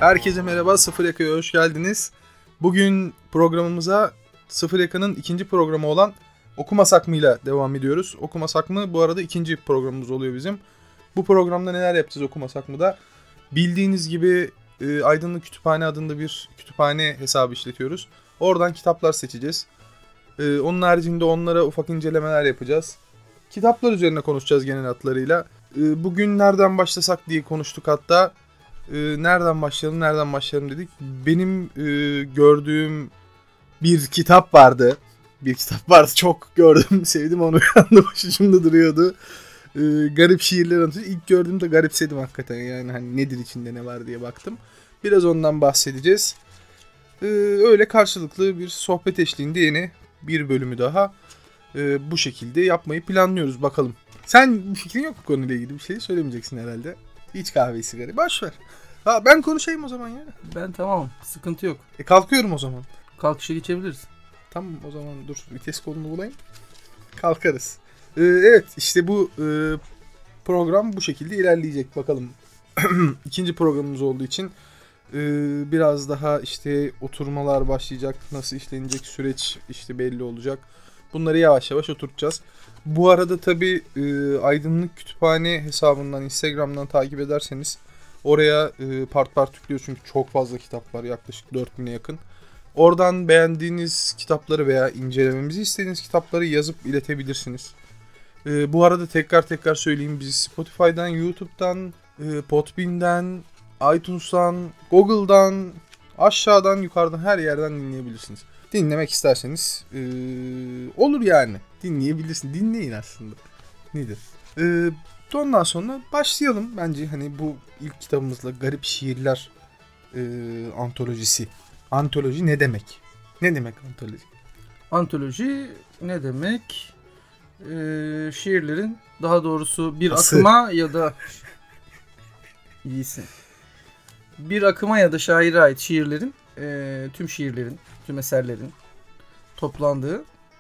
Herkese merhaba, Sıfır Yaka'ya hoş geldiniz. Bugün programımıza Sıfır Yaka'nın ikinci programı olan Okumasak mı'yla devam ediyoruz. Okumasak mı bu arada ikinci programımız oluyor bizim. Bu programda neler yapacağız Okumasak mı'da? Bildiğiniz gibi Aydınlık Kütüphane adında bir kütüphane hesabı işletiyoruz. Oradan kitaplar seçeceğiz. Onun haricinde onlara ufak incelemeler yapacağız. Kitaplar üzerine konuşacağız genel hatlarıyla. Bugün nereden başlasak diye konuştuk hatta. Nereden başlayalım dedik. Benim gördüğüm bir kitap vardı. Çok gördüm, sevdim onu. Yanında başucumda duruyordu. Garip şiirler anlatıyor. İlk gördüğümde garipsedim hakikaten. Yani hani nedir içinde ne var diye baktım. Biraz ondan bahsedeceğiz. Öyle karşılıklı bir sohbet eşliğinde yeni bir bölümü daha bu şekilde yapmayı planlıyoruz. Bakalım. Sen bir fikrin yok mu konuyla ilgili, bir şey söylemeyeceksin herhalde. İç kahveyi, sigarayı. Boş ver. Ha, ben konuşayım o zaman ya. Ben tamam. Sıkıntı yok. Kalkıyorum o zaman. Kalkışa geçebiliriz. Tamam o zaman dur. Vites kolunu bulayım. Kalkarız. Evet işte bu program bu şekilde ilerleyecek. Bakalım. İkinci programımız olduğu için biraz daha işte oturmalar başlayacak. Nasıl işlenecek süreç işte belli olacak. Bunları yavaş yavaş oturtacağız. Bu arada tabii Aydınlık Kütüphane hesabından, Instagram'dan takip ederseniz oraya part part tıklıyor çünkü çok fazla kitap var, yaklaşık 4000'e yakın. Oradan beğendiğiniz kitapları veya incelememizi istediğiniz kitapları yazıp iletebilirsiniz. Bu arada tekrar söyleyeyim, bizi Spotify'dan, YouTube'dan, Podbean'den, iTunes'tan, Google'dan, aşağıdan, yukarıdan her yerden dinleyebilirsiniz. Dinlemek isterseniz olur yani. Dinleyebilirsin. Dinleyin aslında. Nedir? Ondan sonra başlayalım. Bence hani bu ilk kitabımızla Garip Şiirler antolojisi. Antoloji ne demek? Ne demek antoloji? Antoloji ne demek? Şiirlerin, daha doğrusu bir akıma ya da iyisin. Bir akıma ya da şaire ait şiirlerin, tüm şiirlerin, tüm eserlerin toplandığı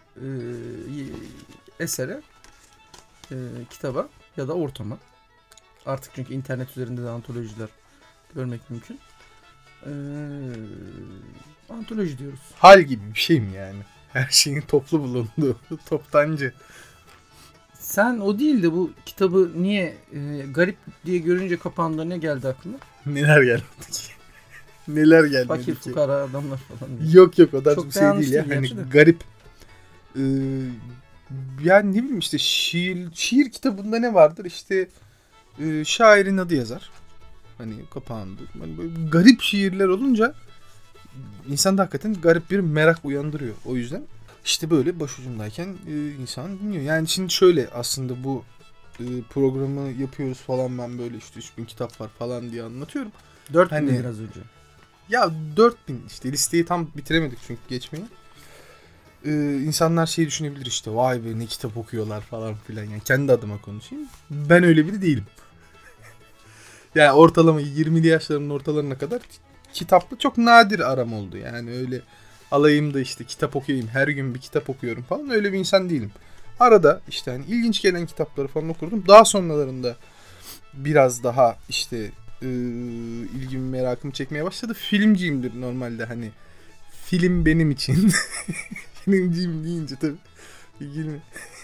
esere, kitaba ya da ortama. Artık çünkü internet üzerinde de antolojiler görmek mümkün. Antoloji diyoruz. Hal gibi bir şey mi yani? Her şeyin toplu bulunduğu, toptancı. Sen o değil de bu kitabı niye garip diye görünce kapağında ne geldi aklına? Neler gelmedi ki? Neler gelmedi Fakir, ki? fukara adamlar falan diye. Yok o da çok bir şey değil ya. Hani garip. Yani ne bileyim işte şiir kitabında ne vardır? İşte şairin adı yazar. Hani kapağında. Hani böyle garip şiirler olunca insanda hakikaten garip bir merak uyandırıyor. O yüzden işte böyle başucumdayken insan dinliyor. Yani şimdi şöyle aslında bu programı yapıyoruz falan, ben böyle işte 3000 kitap var falan diye anlatıyorum. 4000 hani, biraz önce. Ya 4000 işte, listeyi tam bitiremedik çünkü geçmeyi. İnsanlar şey düşünebilir işte, vay be ne kitap okuyorlar falan filan. Yani kendi adıma konuşayım. Ben öyle biri değilim. Yani ortalama 20'li yaşlarımın ortalarına kadar kitaplı çok nadir aram oldu. Yani öyle alayım da işte kitap okuyayım, her gün bir kitap okuyorum falan, öyle bir insan değilim. Arada işte hani ilginç gelen kitapları falan okurdum. Daha sonralarında biraz daha işte ilgimi, merakımı çekmeye başladı. Filmciyimdir normalde, hani film benim için. Filmciyim deyince tabii ilgimi.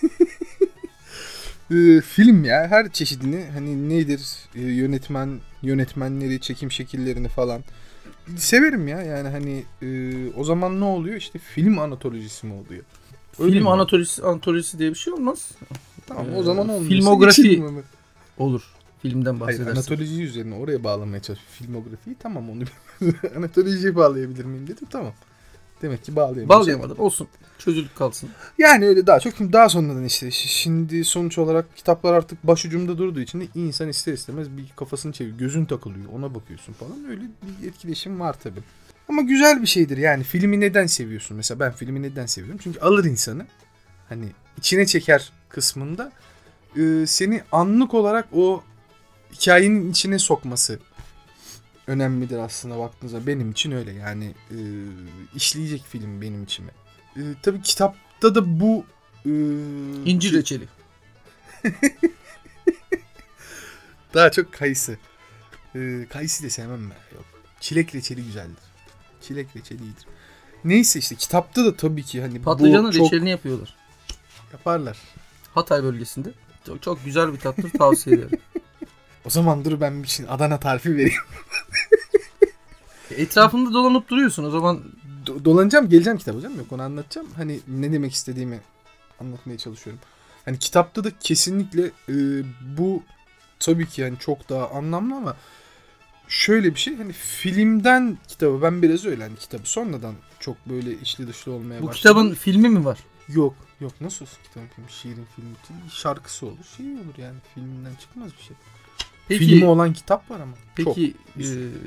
Film ya, her çeşidini, hani nedir, yönetmenleri, çekim şekillerini falan severim ya. Yani hani o zaman ne oluyor, işte film anatolojisi mi oluyor? Öyle film antolojisi diye bir şey olmaz. Tamam o zaman olmuyor. Filmografi olur. Filmden bahsedersin. Hayır, anatoloji üzerine oraya bağlamaya çalışıyorum. Filmografiyi tamam, onu anatolojiye bağlayabilir miyim dedim, tamam. Demek ki bağlayamadım. Olsun. Çözülüp kalsın. Yani öyle daha çok. Daha sonradan işte. Şimdi sonuç olarak kitaplar artık başucumda durduğu için de insan ister istemez bir kafasını çeviriyor. Gözün takılıyor. Ona bakıyorsun falan. Öyle bir etkileşim var tabii. Ama güzel bir şeydir yani. Filmi neden seviyorsun? Mesela ben filmi neden seviyorum? Çünkü alır insanı. Hani içine çeker kısmında. Seni anlık olarak o hikayenin içine sokması önemlidir aslında baktığınızda. Benim için öyle yani, işleyecek film benim içime. Tabii kitapta da bu incir reçeli. daha çok kayısı. Kayısı da sevmem ben. Yok. Çilek reçeli güzeldir. Çilek reçeli iyidir. Neyse işte kitapta da tabii ki hani Patlıcanın bu çok reçelini yapıyorlar. yaparlar. Hatay bölgesinde. Çok, çok güzel bir tatlıdır, tavsiye ederim. O zaman dur ben bir şey Adana tarifi vereyim. Etrafında dolanıp duruyorsun o zaman. Dolanacağım, geleceğim kitap hocam. Yok, onu anlatacağım. Hani ne demek istediğimi anlatmaya çalışıyorum. Hani kitapta da kesinlikle bu tabii ki yani çok daha anlamlı ama şöyle bir şey, hani filmden kitabı ben biraz öyle, hani kitabı sonradan çok böyle içli dışlı olmaya Bu başladı. kitabın filmi mi var? Yok nasıl olsun kitabın filmi, şiirin filmi değil, şarkısı olur, şiir olur yani, filminden çıkmaz bir şey. Peki, Filmi olan kitap var ama. peki çok.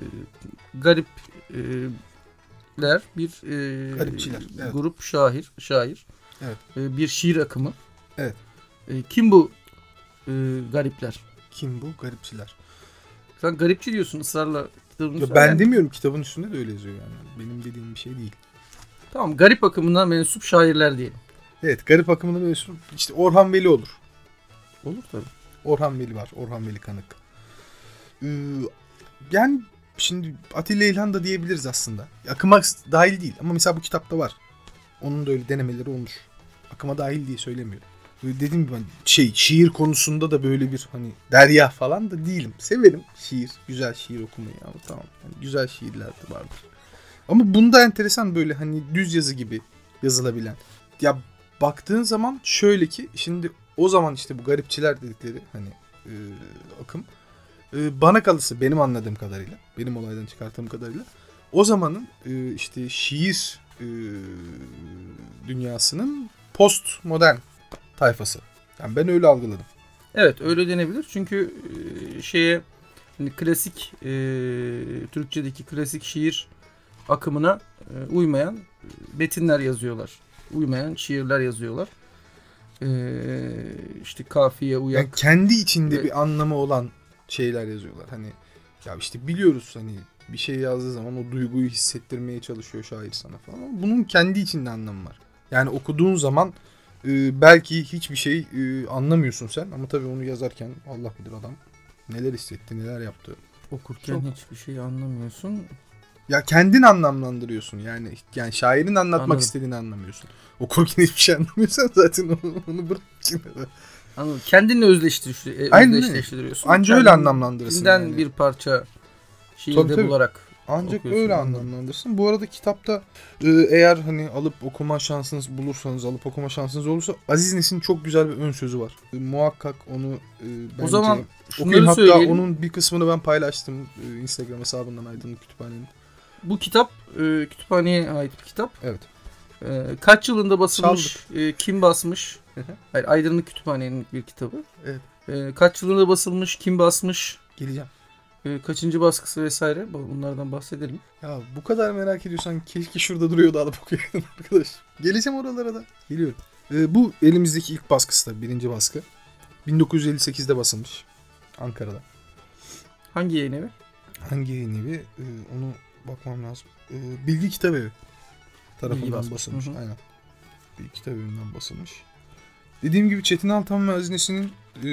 garipler bir Garipçiler, evet. grup şair. Evet. Bir şiir akımı. Evet. Kim bu garipler? Kim bu garipçiler? Sen garipçi diyorsun ısrarla. Ya ben demiyorum, kitabın üstünde de öyle yazıyor yani. Benim dediğim bir şey değil. Tamam, garip akımından mensup şairler diyelim. Evet, garip akımında mensup işte Orhan Veli olur. Olur tabii. Orhan Veli var. Orhan Veli Kanık. Yani şimdi Atilla İlhan da diyebiliriz aslında. Akıma dahil değil ama mesela bu kitapta var. Onun da öyle denemeleri olmuş. Akıma dahil diye söylemiyorum. Dediğim gibi ben şiir konusunda da böyle bir hani derya falan da değilim. Severim şiir, güzel şiir okumayı ama tamam. Yani güzel şiirler de vardır. Ama bunda enteresan böyle hani düz yazı gibi yazılabilen. Ya baktığın zaman şöyle ki şimdi o zaman işte bu garipçiler dedikleri hani akım bana kalırsa benim anladığım kadarıyla, benim olaydan çıkarttığım kadarıyla o zamanın işte şiir dünyasının postmodern tayfası. Yani ben öyle algıladım. Evet, öyle denebilir. Çünkü hani klasik Türkçedeki klasik şiir akımına uymayan metinler yazıyorlar. Uymayan şiirler yazıyorlar. İşte kafiye uyak. Yani kendi içinde bir anlamı olan şeyler yazıyorlar. Hani ya işte biliyoruz hani bir şey yazdığı zaman o duyguyu hissettirmeye çalışıyor şair sana falan. Ama bunun kendi içinde anlamı var. Yani okuduğun zaman belki hiçbir şey anlamıyorsun sen ama tabii onu yazarken Allah bilir adam neler hissetti, neler yaptı. Okurken hiçbir şey anlamıyorsun. Ya kendin anlamlandırıyorsun yani şairin anlatmak Anladım. istediğini anlamıyorsun. Okurken hiçbir şey anlamıyorsan zaten onu bırak. Anladım. Kendinle özdeşleştiriyorsun. Anca öyle anlamlandırırsın. Kendinden yani. bir parça şiirde tabii. bularak Ancak okuyorsun, öyle anladım. anlamlandırsın. Bu arada kitapta eğer hani alıp okuma şansınız bulursanız, alıp okuma şansınız olursa Aziz Nesin'in çok güzel bir ön sözü var. Muhakkak onu bence O zaman okuyun. şunları Hatta söyleyelim. onun bir kısmını ben paylaştım Instagram hesabından Aydınlık Kütüphane'nin. Bu kitap kütüphaneye ait bir kitap. Evet. Kaç yılında basılmış? Kim basmış? Hayır, Aydınlık Kütüphane'nin bir kitabı. Evet. Kaç yılında basılmış? Kim basmış? Geleceğim. Kaçıncı baskısı vesaire. Bunlardan bahsedelim. Ya bu kadar merak ediyorsan keşke şurada duruyordu alıp okuyaydın arkadaş. Geleceğim oralara da. Geliyorum. Bu elimizdeki ilk baskısı da birinci baskı. 1958'de basılmış. Ankara'da. Hangi yayın evi? Hangi yayın evi? Onu bakmam lazım. Bilgi Kitap Evi tarafından basılmış. Hı-hı. Aynen. Bilgi Kitap Evi'nden basılmış. Dediğim gibi Çetin Altan ve Aziz Nesin'in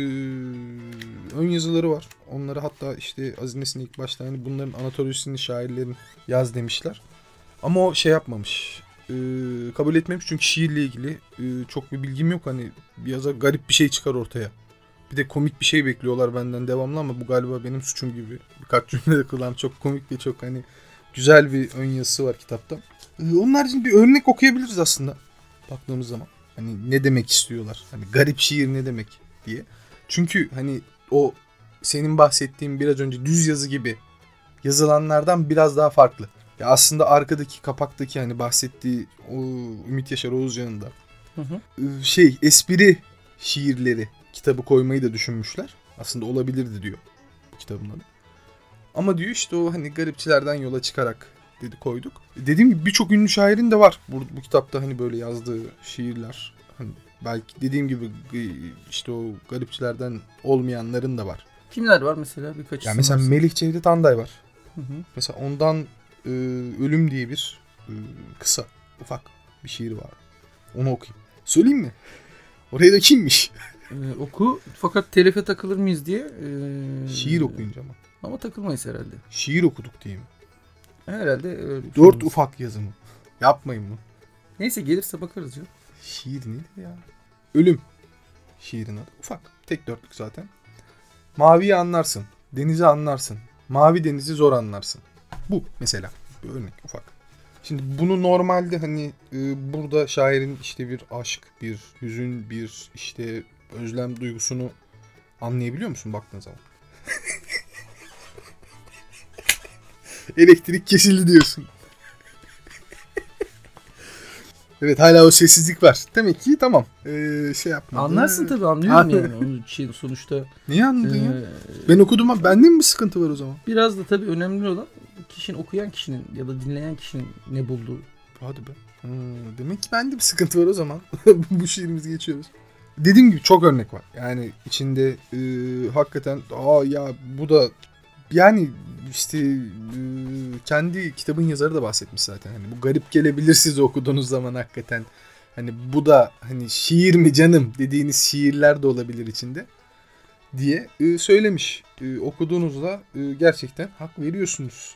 ön yazıları var. Onları hatta işte Aziz Nesin ilk başta hani bunların anatolojisini şairlerin yaz demişler. Ama o şey yapmamış. Kabul etmemiş çünkü şiirle ilgili çok bir bilgim yok. Hani bir yazar garip bir şey çıkar ortaya. Bir de komik bir şey bekliyorlar benden devamlı ama bu galiba benim suçum gibi. Birkaç cümlede kulağım çok komik ve çok hani güzel bir ön yazısı var kitapta. Onun haricinde bir örnek okuyabiliriz aslında baktığımız zaman. Hani ne demek istiyorlar? Hani garip şiir ne demek diye. Çünkü hani o senin bahsettiğin biraz önce düz yazı gibi yazılanlardan biraz daha farklı. Ya aslında arkadaki kapaktaki hani bahsettiği o Ümit Yaşar Oğuzcan'ın da espri şiirleri kitabı koymayı da düşünmüşler. Aslında olabilirdi diyor kitabın adı. Ama diyor işte o hani garipçilerden yola çıkarak dedi koyduk. Dediğim gibi birçok ünlü şairin de var bu kitapta hani böyle yazdığı şiirler. Hani belki dediğim gibi işte o garipçilerden olmayanların da var. Kimler var mesela birkaç Ya mesela Melih Cevdet Anday var. Hı. Mesela ondan Ölüm diye bir kısa ufak bir şiir var. Onu okuyayım. Söyleyeyim mi? Oraya da kimmiş? Oku fakat telife takılır mıyız diye. Şiir okuyunca ama. Ama takılmayız herhalde. Şiir okuduk diye mi? Herhalde öyle. 4 ufak yazımı. Yapmayın bunu. Neyse gelirse bakarız ya. Şiir nedir ya? Ölüm. Şiirin adı. Ufak. Tek dörtlük zaten. Maviyi anlarsın. Denizi anlarsın. Mavi denizi zor anlarsın. Bu mesela. Bir örnek ufak. Şimdi bunu normalde hani burada şairin işte bir aşk, bir hüzün, bir işte özlem duygusunu anlayabiliyor musun baktığın zaman? Elektrik kesildi diyorsun. Evet, hala o sessizlik var. Demek ki tamam. Şey yapma. Anlarsın tabii, anlıyorum yani. Onun için sonuçta. Niye anladın ya? Ben okudum ama bende mi bir sıkıntı var o zaman? Biraz da tabii önemli olan okuyan kişinin ya da dinleyen kişinin ne bulduğu. Hadi be. Demek ki bende bir sıkıntı var o zaman. Bu şiirimizi geçiyoruz. Dediğim gibi çok örnek var. Yani içinde hakikaten ya bu da yani işte kendi kitabın yazarı da bahsetmiş zaten. Hani bu garip gelebilir siz okuduğunuz zaman hakikaten. Hani bu da hani şiir mi canım dediğiniz şiirler de olabilir içinde diye söylemiş. Okuduğunuzda gerçekten hak veriyorsunuz.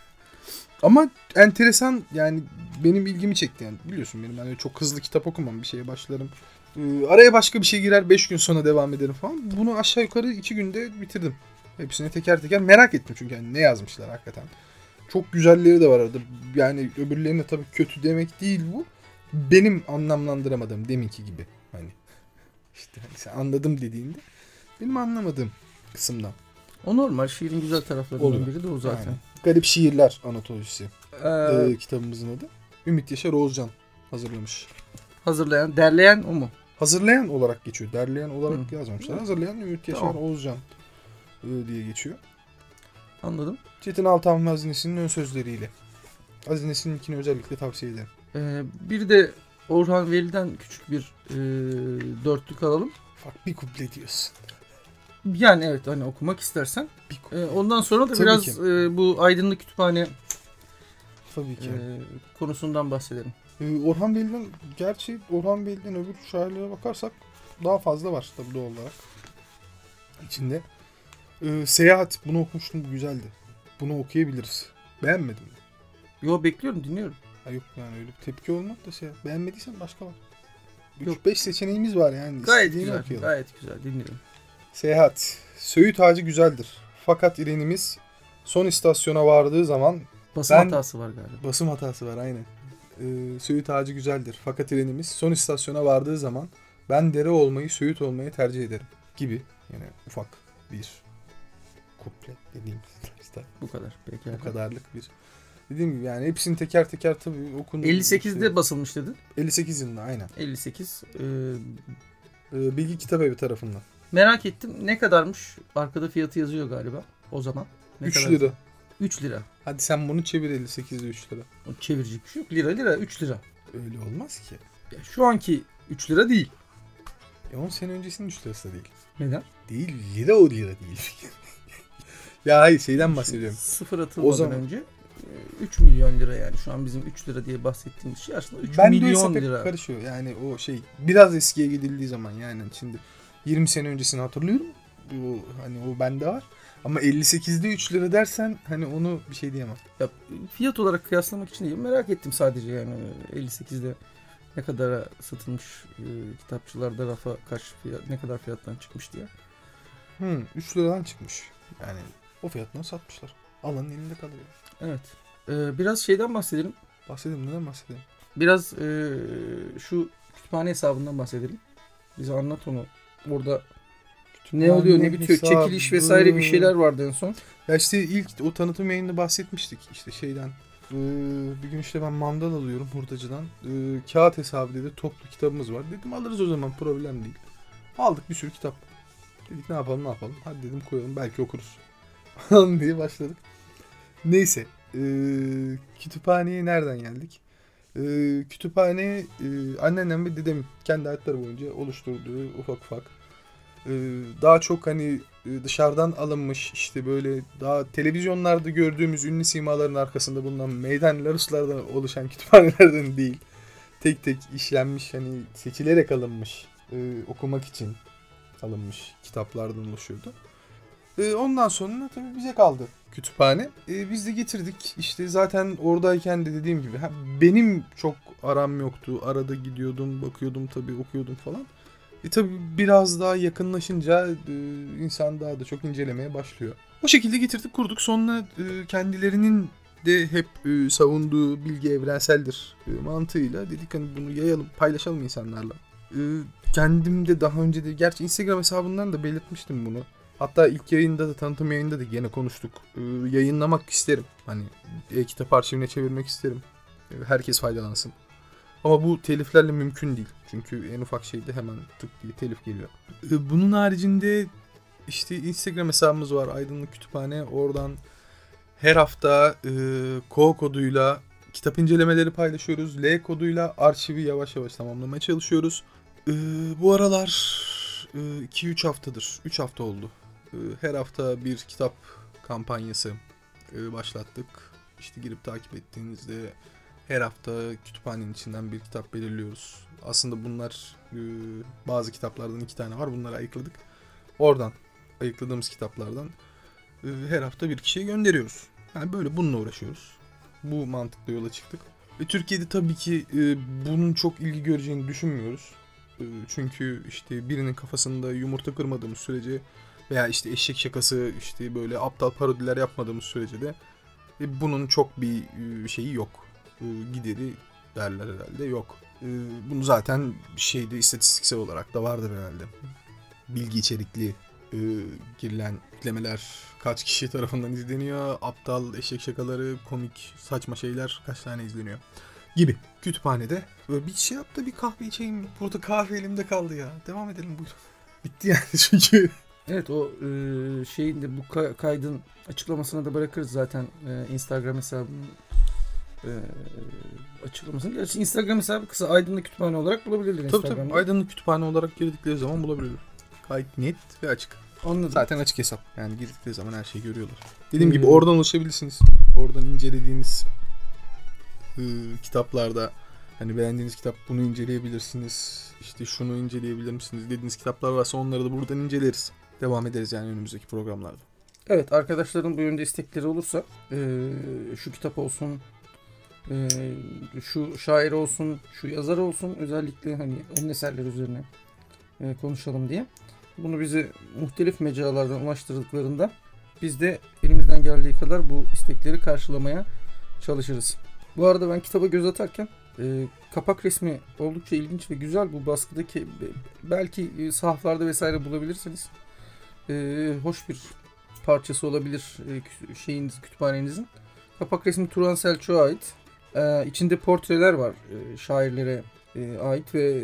Ama enteresan, yani benim ilgimi çekti. Yani biliyorsun benim hani çok hızlı kitap okumam, bir şeye başlarım. Araya başka bir şey girer, 5 gün sonra devam ederim falan. Bunu aşağı yukarı 2 günde bitirdim. Hepsini teker teker merak ettim çünkü yani ne yazmışlar hakikaten. Çok güzelleri de var arada. Yani öbürlerine tabii kötü demek değil bu. Benim anlamlandıramadığım deminki gibi. Hani işte hani sen anladım dediğinde benim anlamadığım kısımdan. O normal, şiirin güzel taraflarından biri de o zaten. Yani, Garip Şiirler Antolojisi. Kitabımızın adı. Ümit Yaşar Oğuzcan hazırlamış. Hazırlayan, derleyen o mu? Hazırlayan olarak geçiyor. Derleyen olarak yazmamışlar. Hazırlayan Ümit Yaşar Oğuzcan diye geçiyor. Anladım. Çetin Altan ve Aziz Nesin'in ön sözleriyle. Aziz Nesin'inkini özellikle tavsiye ederim. Bir de Orhan Veli'den küçük bir dörtlük alalım. Bak bir kuple diyorsun. Yani evet, hani okumak istersen. Ondan sonra da Tabii biraz bu aydınlık kütüphane tabii ki. Konusundan bahsedelim. Orhan Veli'den, gerçi Orhan Veli'den öbür şairlere bakarsak daha fazla var tabii doğal olarak. İçinde. Seyahat, bunu okumuştum, bu güzeldi. Bunu okuyabiliriz. Beğenmedim mi? Yo, bekliyorum, dinliyorum. Yok yani öyle bir tepki olmak da şey. Beğenmediysen başka var. Yok. 3-5 seçeneğimiz var yani. Gayet güzel, gayet güzel, dinliyorum. Seyahat. Söğüt ağacı güzeldir. Fakat İrenimiz son istasyona vardığı zaman... Hatası var galiba. Basım hatası var aynen. Söğüt ağacı güzeldir. Fakat İrenimiz son istasyona vardığı zaman ben dere olmayı, Söğüt olmayı tercih ederim gibi. Yani ufak bir kuple dediğim tarzda. Bu kadar. Peki. Bu kadarlık bir. Dediğim gibi yani hepsini teker teker tabii okundu. 58'de basılmış dedin. 58 yılında aynen. 58. Bilgi Kitabevi tarafından. Merak ettim. Ne kadarmış? Arkada fiyatı yazıyor galiba o zaman. 3 lira. 3 lira. Hadi sen bunu çevir, 58'de 3 lira. O çevirecek bir şey yok. Lira 3 lira. Öyle olmaz ki. Ya şu anki 3 lira değil. 10 sene öncesinin 3 lirası da değil. Neden? Değil, lira o lira değil. Ya hayır, şeyden bahsediyorum. Sıfır atılmadan önce 3 milyon lira, yani şu an bizim 3 lira diye bahsettiğimiz şey aslında 3 milyon lira. Ben de karışıyor yani o şey biraz eskiye gidildiği zaman, yani şimdi 20 sene öncesini hatırlıyorum. Bu hani o bende var. Ama 58'de 3 lira dersen hani onu bir şey diyemem. Ya, fiyat olarak kıyaslamak için değil, merak ettim sadece yani 58'de ne kadara satılmış, kitapçılarda rafa ne kadar fiyattan çıkmış diye. 3 liradan çıkmış. Yani o fiyatına satmışlar. Alanın elinde kalıyor. Evet. Biraz şeyden bahsedelim. Neden bahsedelim? Biraz şu kütüphane hesabından bahsedelim. Bize anlat onu. Orada ne oluyor, ne bitiyor, çekiliş vesaire bir şeyler vardı en son. Ya işte ilk o tanıtım yayında bahsetmiştik işte şeyden. Bir gün işte ben mandal alıyorum hurdacıdan. Kağıt hesabı dedi, toplu kitabımız var. Dedim alırız o zaman, problem değil. Aldık bir sürü kitap. Dedik ne yapalım. Hadi dedim koyalım, belki okuruz. diye başladık. Neyse. Kütüphaneye nereden geldik? Kütüphane anneannem ve dedem kendi hayatları boyunca oluşturduğu ufak daha çok hani dışarıdan alınmış, işte böyle daha televizyonlarda gördüğümüz ünlü simaların arkasında bulunan meydan laruslardan oluşan kütüphanelerden değil. Tek tek işlenmiş, hani seçilerek alınmış, okumak için alınmış kitaplardan oluşuyordu. Ondan sonra tabii bize kaldı kütüphane. Biz de getirdik. İşte zaten oradayken de dediğim gibi benim çok aram yoktu. Arada gidiyordum, bakıyordum tabii, okuyordum falan. Tabii biraz daha yakınlaşınca insan daha da çok incelemeye başlıyor. O şekilde getirdik, kurduk. Sonra kendilerinin de hep savunduğu bilgi evrenseldir mantığıyla dedik hani bunu yayalım, paylaşalım insanlarla. Kendim de daha önce de gerçi Instagram hesabından da belirtmiştim bunu. Hatta ilk yayında da, tanıtım yayında da gene konuştuk. Yayınlamak isterim. Hani e-kitap arşivine çevirmek isterim. Herkes faydalansın. Ama bu teliflerle mümkün değil. Çünkü en ufak şeyde hemen tık diye telif geliyor. Bunun haricinde işte Instagram hesabımız var, Aydınlık Kütüphane. Oradan her hafta Ko koduyla kitap incelemeleri paylaşıyoruz. L koduyla arşivi yavaş yavaş tamamlamaya çalışıyoruz. Bu aralar 2-3 haftadır, 3 hafta oldu. Her hafta bir kitap kampanyası başlattık. İşte girip takip ettiğinizde her hafta kütüphanenin içinden bir kitap belirliyoruz. Aslında bunlar bazı kitaplardan 2 tane var. Bunları ayıkladık. Oradan ayıkladığımız kitaplardan her hafta bir kişiye gönderiyoruz. Yani böyle bununla uğraşıyoruz. Bu mantıkla yola çıktık. Türkiye'de tabii ki bunun çok ilgi göreceğini düşünmüyoruz. Çünkü işte birinin kafasında yumurta kırmadığımız sürece veya işte eşek şakası, işte böyle aptal parodiler yapmadığımız sürece de bunun çok bir şeyi yok. Gideri derler herhalde yok. Bunu zaten şeyde istatistiksel olarak da vardır herhalde. Bilgi içerikli girilen yüklemeler kaç kişi tarafından izleniyor, aptal eşek şakaları, komik saçma şeyler kaç tane izleniyor gibi. Kütüphanede böyle bir şey yap da bir kahve içeyim. Burada kahve elimde kaldı ya. Devam edelim buyurun. Bitti yani çünkü. Evet, o şeyin de bu kaydın açıklamasına da bırakırız zaten Instagram hesabının açıklamasını. Gerçi Instagram hesabı kısa Aydınlık Kütüphane olarak bulabilirler Instagram'da. Tabii Aydınlık Kütüphane olarak girdikleri zaman bulabilirler. Gayet net ve açık. Anladım. Zaten açık hesap. Yani girdikleri zaman her şeyi görüyorlar. Dediğim gibi oradan ulaşabilirsiniz. Oradan incelediğiniz kitaplarda hani beğendiğiniz kitap bunu inceleyebilirsiniz. İşte şunu inceleyebilir misiniz dediğiniz kitaplar varsa onları da buradan inceleriz. Devam ederiz yani önümüzdeki programlarda. Evet, arkadaşların bu yönde istekleri olursa şu kitap olsun, şu şair olsun, şu yazar olsun, özellikle hani onun eserleri üzerine konuşalım diye. Bunu bize muhtelif mecralardan ulaştırdıklarında biz de elimizden geldiği kadar bu istekleri karşılamaya çalışırız. Bu arada ben kitaba göz atarken kapak resmi oldukça ilginç ve güzel. Bu baskıdaki belki sahaflarda vesaire bulabilirsiniz. Hoş bir parçası olabilir kütüphanenizin. Kapak resmi Turan Selçuk'a ait. İçinde portreler var şairlere ait ve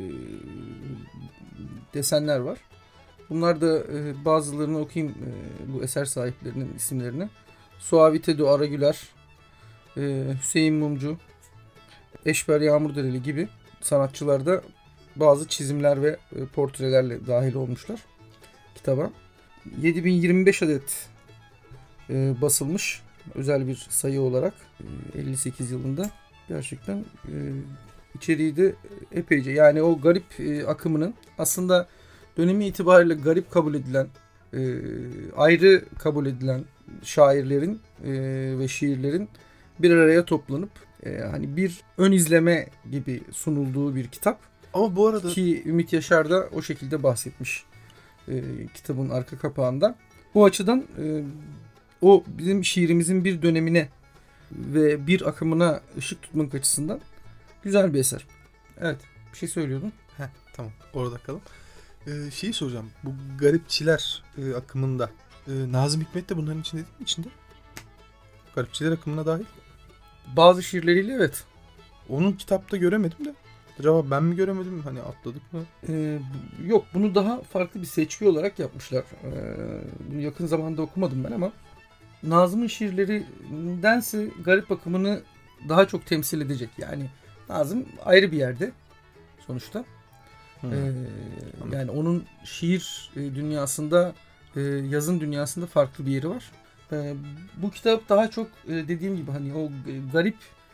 desenler var. Bunlar da bazılarını okuyayım bu eser sahiplerinin isimlerini. Suavitedo Aragüler, Hüseyin Mumcu, Eşber Yağmurdereli gibi sanatçılar da bazı çizimler ve portrelerle dahil olmuşlar kitaba. 7025 adet basılmış özel bir sayı olarak 58 yılında. Gerçekten içeriği de epeyce, yani o garip akımının aslında dönemi itibariyle garip kabul edilen, ayrı kabul edilen şairlerin ve şiirlerin bir araya toplanıp hani bir ön izleme gibi sunulduğu bir kitap. Ama bu arada ki Ümit Yaşar da o şekilde bahsetmiş kitabın arka kapağında. Bu açıdan o bizim şiirimizin bir dönemine ve bir akımına ışık tutmak açısından güzel bir eser. Evet, bir şey söylüyordun. Tamam, orada kalın. Şeyi soracağım. Bu garipçiler akımında Nazım Hikmet de bunların içinde değil mi? İçinde. Garipçiler akımına dahil. Bazı şiirleriyle evet. Onun kitapta göremedim de. Acaba ben mi göremedim? Hani atladık mı? Yok, bunu daha farklı bir seçki olarak yapmışlar. Bunu yakın zamanda okumadım ben ama Nazım'ın şiirlerindense garip akımını daha çok temsil edecek. Yani Nazım ayrı bir yerde sonuçta. Yani onun şiir dünyasında, yazın dünyasında farklı bir yeri var. Bu kitap daha çok dediğim gibi hani o garip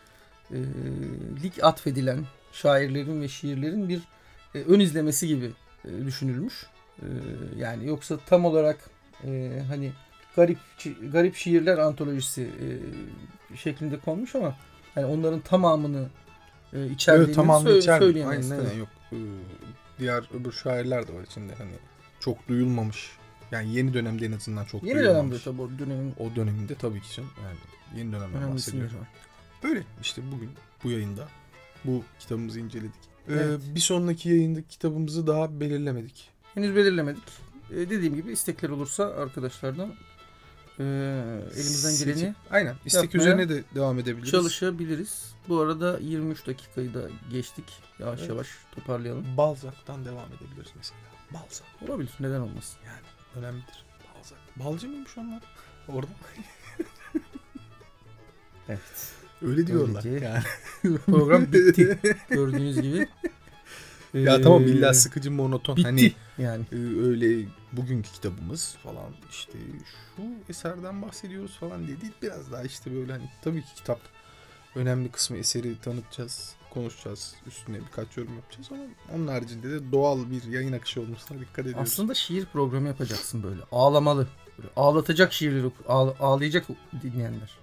lik atfedilen şairlerin ve şiirlerin bir ön izlemesi gibi düşünülmüş. Yani yoksa tam olarak hani garip şiirler antolojisi şeklinde konmuş ama hani onların tamamını içerdiğini söyleyemez. Aynen yok. Diğer öbür şairler de var içinde, hani çok duyulmamış. Yani yeni dönemde en azından çok yeni duyulmamış. Yeni dönemde tabii o döneminde tabii ki canım. Yani yeni dönemden bahsediyorum. Böyle işte bugün bu yayında bu kitabımızı inceledik. Evet. Bir sonraki yayındaki kitabımızı daha belirlemedik. Henüz belirlemedik. Dediğim gibi istekler olursa arkadaşlardan elimizden geleni aynen istek üzerine de devam edebiliriz. Çalışabiliriz. Bu arada 23 dakikayı da geçtik. Yavaş yavaş toparlayalım. Balzac'tan devam edebiliriz mesela. Balzac. Olabilir. Neden olmasın? Yani önemlidir. Balzac. Balcı mıymış onlar? Orada. Evet. Öyle diyorlar. Yani. Program bitti. Gördüğünüz gibi. Ya tamam, illa sıkıcı, monoton. Bitti. Hani yani. Öyle bugünkü kitabımız falan işte şu eserden bahsediyoruz falan diye değil. Biraz daha işte böyle hani tabii ki kitap önemli kısmı, eseri tanıtacağız, konuşacağız, üstüne birkaç yorum yapacağız ama onun haricinde de doğal bir yayın akışı olmasına dikkat ediyoruz. Aslında şiir programı yapacaksın böyle. Ağlamalı. Böyle ağlatacak şiirleri ağlayacak dinleyenler.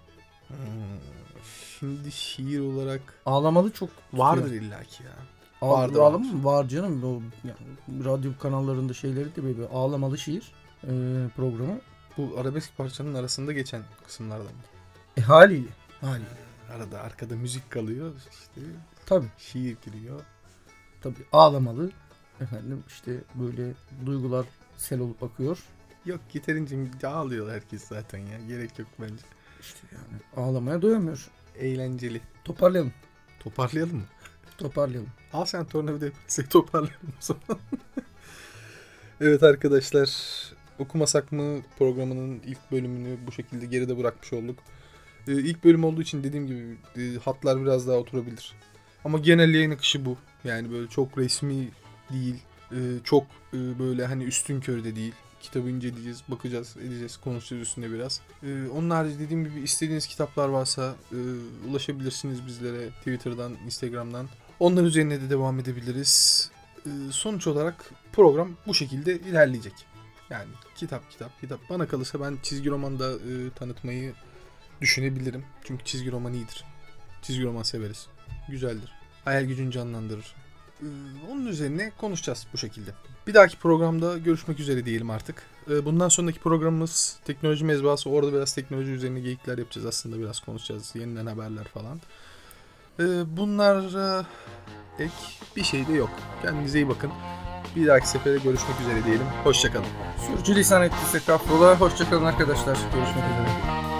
Şimdi şiir olarak ağlamalı çok vardır illaki ya. Ağlama mı? Var canım. O, yani, radyo kanallarında şeyleri de böyle ağlamalı şiir programı. Bu arabesk parçanın arasında geçen kısımlardan mı? Haliyle. Arada arkada müzik kalıyor işte. Tabii. Şiir giriyor. Tabii ağlamalı. Efendim işte böyle duygular sel olup akıyor. Yok, yeterince ağlıyor herkes zaten ya. Gerek yok bence. İşte yani ağlamaya doyamıyor. Eğlenceli. Toparlayalım. Toparlayalım mı? Toparlayalım. Al sen tornavida yaparsak toparlayalım o zaman. Evet arkadaşlar, Okumasak mı programının ilk bölümünü bu şekilde geride bırakmış olduk. İlk bölüm olduğu için dediğim gibi hatlar biraz daha oturabilir. Ama genel yayın akışı bu. Yani böyle çok resmi değil. Çok böyle hani üstünkörü de değil. Kitabı inceleyeceğiz, bakacağız, edeceğiz, konuşacağız üstüne biraz. Onun harici dediğim gibi istediğiniz kitaplar varsa ulaşabilirsiniz bizlere Twitter'dan, Instagram'dan. Onların üzerine de devam edebiliriz. Sonuç olarak program bu şekilde ilerleyecek. Yani kitap. Bana kalırsa ben çizgi roman da tanıtmayı düşünebilirim. Çünkü çizgi roman iyidir. Çizgi roman severiz. Güzeldir. Hayal gücünü canlandırır. Onun üzerine konuşacağız bu şekilde. Bir dahaki programda görüşmek üzere diyelim artık. Bundan sonraki programımız teknoloji mezbahası. Orada biraz teknoloji üzerine geyikler yapacağız. Aslında biraz konuşacağız. Yeniden haberler falan. Bunlar ek bir şey de yok. Kendinize iyi bakın. Bir dahaki sefere görüşmek üzere diyelim. Hoşçakalın. Sürçülisan ettiysek affola. Hoşçakalın arkadaşlar. Görüşmek üzere.